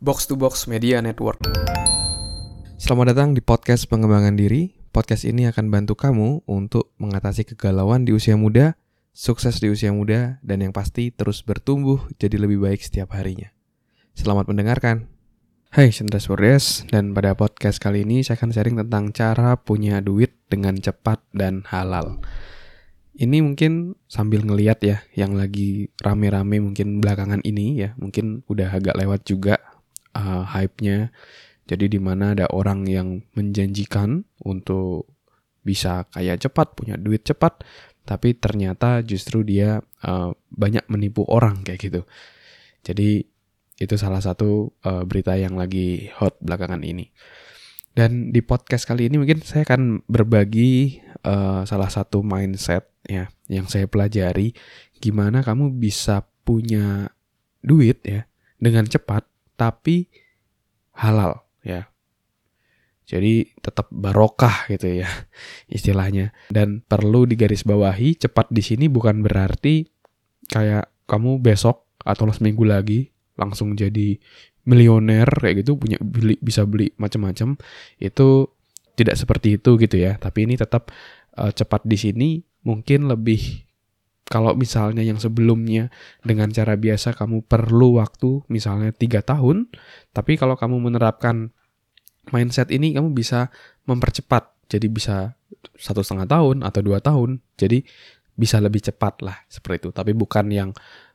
Box to Box Media Network. Selamat datang di podcast pengembangan diri. Podcast ini akan bantu kamu untuk mengatasi kegalauan di usia muda, sukses di usia muda, dan yang pasti terus bertumbuh jadi lebih baik setiap harinya. Selamat mendengarkan. Hai, Chandra Surdes, dan pada podcast kali ini saya akan sharing tentang cara punya duit dengan cepat dan halal. Ini mungkin sambil ngeliat ya, yang lagi rame-rame mungkin belakangan ini ya, mungkin udah agak lewat juga hype-nya. Jadi di mana ada orang yang menjanjikan untuk bisa kaya cepat, punya duit cepat, tapi ternyata justru dia banyak menipu orang kayak gitu. Jadi itu salah satu berita yang lagi hot belakangan ini. Dan di podcast kali ini mungkin saya akan berbagi salah satu mindset ya yang saya pelajari, gimana kamu bisa punya duit ya dengan cepat tapi halal ya. Jadi tetap barokah gitu ya istilahnya. Dan perlu digarisbawahi, cepat di sini bukan berarti kayak kamu besok atau seminggu lagi langsung jadi milioner kayak gitu, bisa beli macam-macam. Itu tidak seperti itu gitu ya. Tapi ini tetap cepat di sini mungkin lebih, kalau misalnya yang sebelumnya dengan cara biasa kamu perlu waktu misalnya 3 tahun, tapi kalau kamu menerapkan mindset ini kamu bisa mempercepat. Jadi bisa 1,5 tahun atau 2 tahun. Jadi bisa lebih cepat lah seperti itu. Tapi bukan yang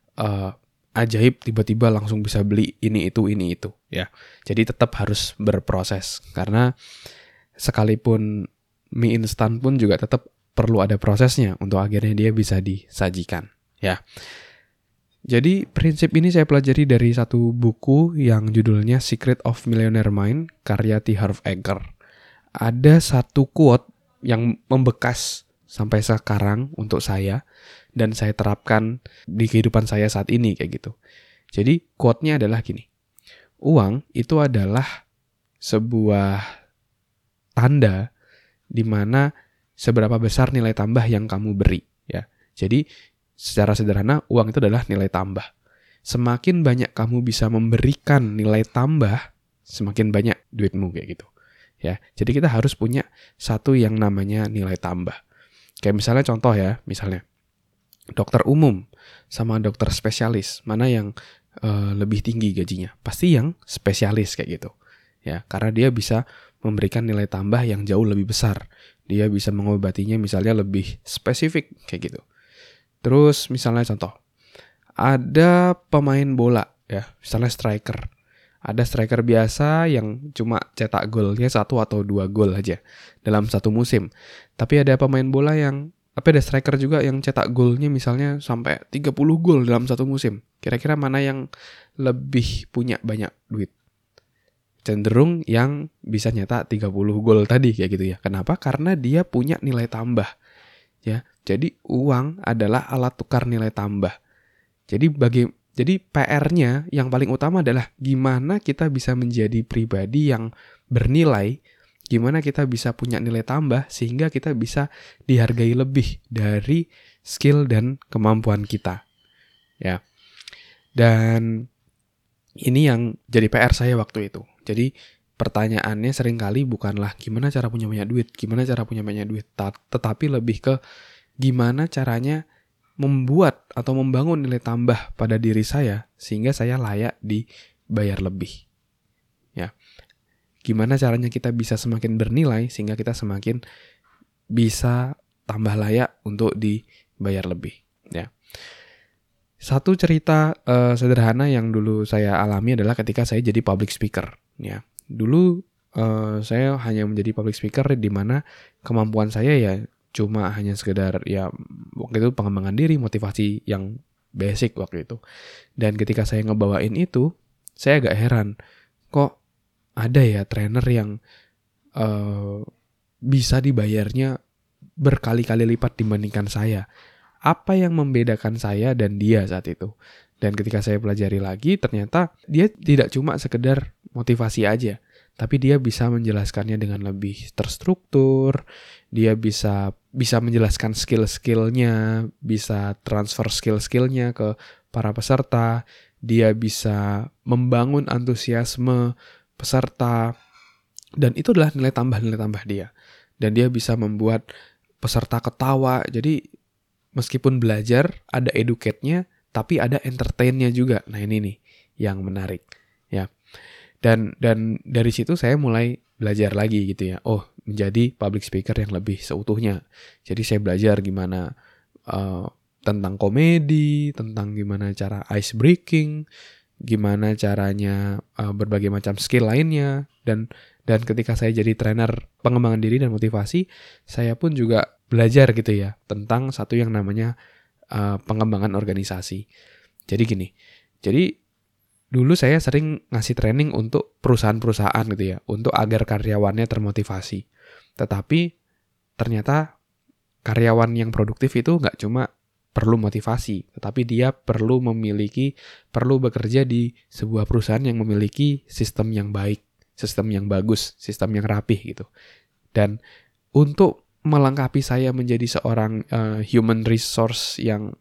ajaib tiba-tiba langsung bisa beli ini itu ya. Jadi tetap harus berproses, karena sekalipun mie instan pun juga tetap perlu ada prosesnya untuk akhirnya dia bisa disajikan ya. Jadi prinsip ini saya pelajari dari satu buku yang judulnya Secret of Millionaire Mind karya T. Harv Eker. Ada satu quote yang membekas sampai sekarang untuk saya dan saya terapkan di kehidupan saya saat ini kayak gitu. Jadi quote-nya adalah gini. Uang itu adalah sebuah tanda di mana seberapa besar nilai tambah yang kamu beri ya. Jadi secara sederhana uang itu adalah nilai tambah. Semakin banyak kamu bisa memberikan nilai tambah, semakin banyak duitmu kayak gitu. Ya. Jadi kita harus punya satu yang namanya nilai tambah. Kayak misalnya contoh ya, misalnya dokter umum sama dokter spesialis, mana yang lebih tinggi gajinya? Pasti yang spesialis kayak gitu. Ya, karena dia bisa memberikan nilai tambah yang jauh lebih besar. Dia bisa mengobatinya misalnya lebih spesifik kayak gitu. Terus misalnya contoh, ada pemain bola ya, misalnya striker. Ada striker biasa yang cuma cetak golnya 1 atau 2 gol aja dalam satu musim. Tapi ada striker juga yang cetak golnya misalnya sampai 30 gol dalam satu musim. Kira-kira mana yang lebih punya banyak duit? Cenderung yang bisa nyetak 30 gol tadi kayak gitu ya. Kenapa? Karena dia punya nilai tambah. Ya. Jadi uang adalah alat tukar nilai tambah. Jadi PR-nya yang paling utama adalah gimana kita bisa menjadi pribadi yang bernilai, gimana kita bisa punya nilai tambah sehingga kita bisa dihargai lebih dari skill dan kemampuan kita. Ya. Dan ini yang jadi PR saya waktu itu. Jadi pertanyaannya seringkali bukanlah gimana cara punya banyak duit, tetapi lebih ke gimana caranya membuat atau membangun nilai tambah pada diri saya sehingga saya layak dibayar lebih. Ya. Gimana caranya kita bisa semakin bernilai sehingga kita semakin bisa tambah layak untuk dibayar lebih, ya. Satu cerita sederhana yang dulu saya alami adalah ketika saya jadi public speaker, ya. Dulu saya hanya menjadi public speaker di mana kemampuan saya ya cuma hanya sekedar ya waktu itu pengembangan diri, motivasi yang basic waktu itu. Dan ketika saya ngebawain itu, saya agak heran, kok ada ya trainer yang bisa dibayarnya berkali-kali lipat dibandingkan saya. Apa yang membedakan saya dan dia saat itu? Dan ketika saya pelajari lagi, ternyata dia tidak cuma sekedar motivasi aja, tapi dia bisa menjelaskannya dengan lebih terstruktur, dia bisa menjelaskan skill-skillnya, bisa transfer skill-skillnya ke para peserta, dia bisa membangun antusiasme peserta, dan itu adalah nilai tambah dia. Dan dia bisa membuat peserta ketawa. Jadi meskipun belajar ada educate-nya, tapi ada entertain-nya juga. Nah ini nih yang menarik ya. Dan dari situ saya mulai belajar lagi gitu ya. Oh, menjadi public speaker yang lebih seutuhnya. Jadi saya belajar gimana tentang komedi, tentang gimana cara ice breaking, gimana caranya berbagai macam skill lainnya, dan ketika saya jadi trainer pengembangan diri dan motivasi, saya pun juga belajar gitu ya tentang satu yang namanya pengembangan organisasi. Jadi gini, jadi dulu saya sering ngasih training untuk perusahaan-perusahaan gitu ya, untuk agar karyawannya termotivasi. Tetapi ternyata karyawan yang produktif itu nggak cuma perlu motivasi, tetapi dia perlu bekerja di sebuah perusahaan yang memiliki sistem yang baik, sistem yang bagus, sistem yang rapih gitu. Dan untuk melengkapi saya menjadi seorang human resource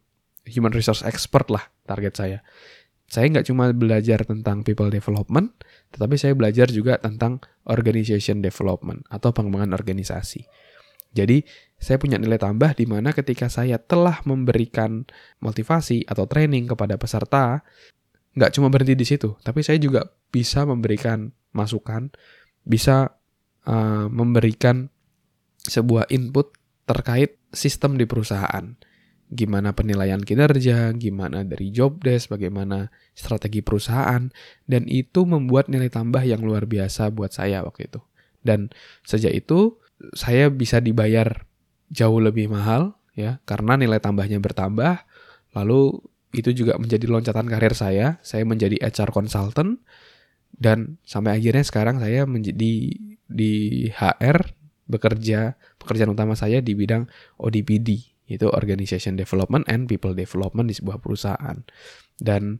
expert lah target saya. Saya nggak cuma belajar tentang people development, tetapi saya belajar juga tentang organization development atau pengembangan organisasi. Jadi saya punya nilai tambah di mana ketika saya telah memberikan motivasi atau training kepada peserta, nggak cuma berhenti di situ, tapi saya juga bisa memberikan masukan, bisa memberikan sebuah input terkait sistem di perusahaan. Gimana penilaian kinerja, gimana dari job desk, bagaimana strategi perusahaan, dan itu membuat nilai tambah yang luar biasa buat saya waktu itu. Dan sejak itu saya bisa dibayar jauh lebih mahal ya, karena nilai tambahnya bertambah. Lalu itu juga menjadi loncatan karir saya menjadi HR consultant, dan sampai akhirnya sekarang saya menjadi di HR, pekerjaan utama saya di bidang ODPD, itu Organization Development and People Development di sebuah perusahaan. Dan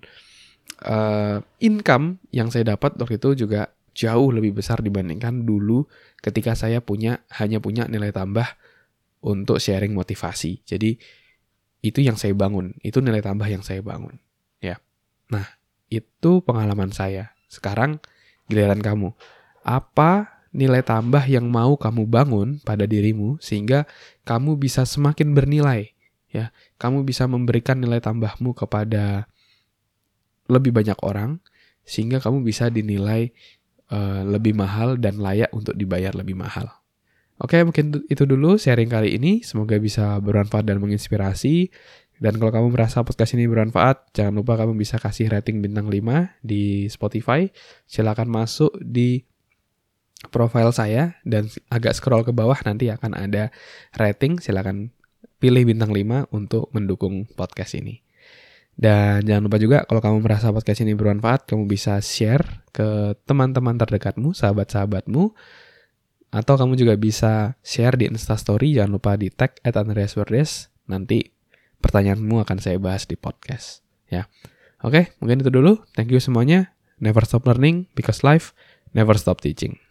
income yang saya dapat waktu itu juga jauh lebih besar dibandingkan dulu ketika saya hanya punya nilai tambah untuk sharing motivasi. Jadi itu yang saya bangun, itu nilai tambah yang saya bangun ya. Nah, itu pengalaman saya. Sekarang giliran kamu. Apa nilai tambah yang mau kamu bangun pada dirimu sehingga kamu bisa semakin bernilai ya. Kamu bisa memberikan nilai tambahmu kepada lebih banyak orang sehingga kamu bisa dinilai lebih mahal dan layak untuk dibayar lebih mahal. Oke, mungkin itu dulu sharing kali ini. Semoga bisa bermanfaat dan menginspirasi. Dan kalau kamu merasa podcast ini bermanfaat, jangan lupa kamu bisa kasih rating bintang 5 di Spotify. Silakan masuk di profile saya dan agak scroll ke bawah nanti akan ada rating. Silakan pilih bintang 5 untuk mendukung podcast ini. Dan jangan lupa juga kalau kamu merasa podcast ini bermanfaat, kamu bisa share ke teman-teman terdekatmu, sahabat-sahabatmu, atau kamu juga bisa share di Instastory. Jangan lupa di tag @andreasverdes. Nanti pertanyaanmu akan saya bahas di podcast ya. Oke, mungkin itu dulu. Thank you semuanya. Never stop learning because life never stop teaching.